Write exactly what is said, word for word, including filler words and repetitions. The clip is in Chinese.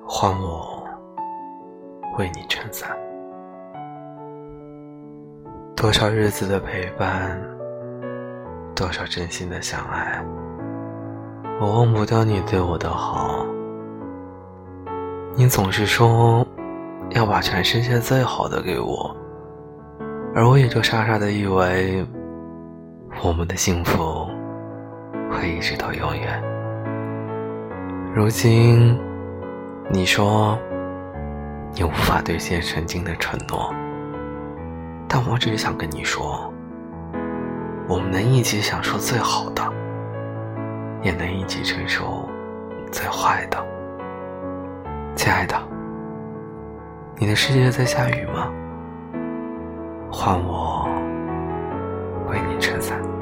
换我为你撑伞。多少日子的陪伴，多少真心的相爱，我忘不掉你对我的好。你总是说要把全世界最好的给我，而我也就傻傻的以为我们的幸福会一直到永远。如今你说你无法兑现曾经的承诺，但我只是想跟你说，我们能一起享受最好的，也能一起承受最坏的。亲爱的，你的世界在下雨吗？换我为你撑伞。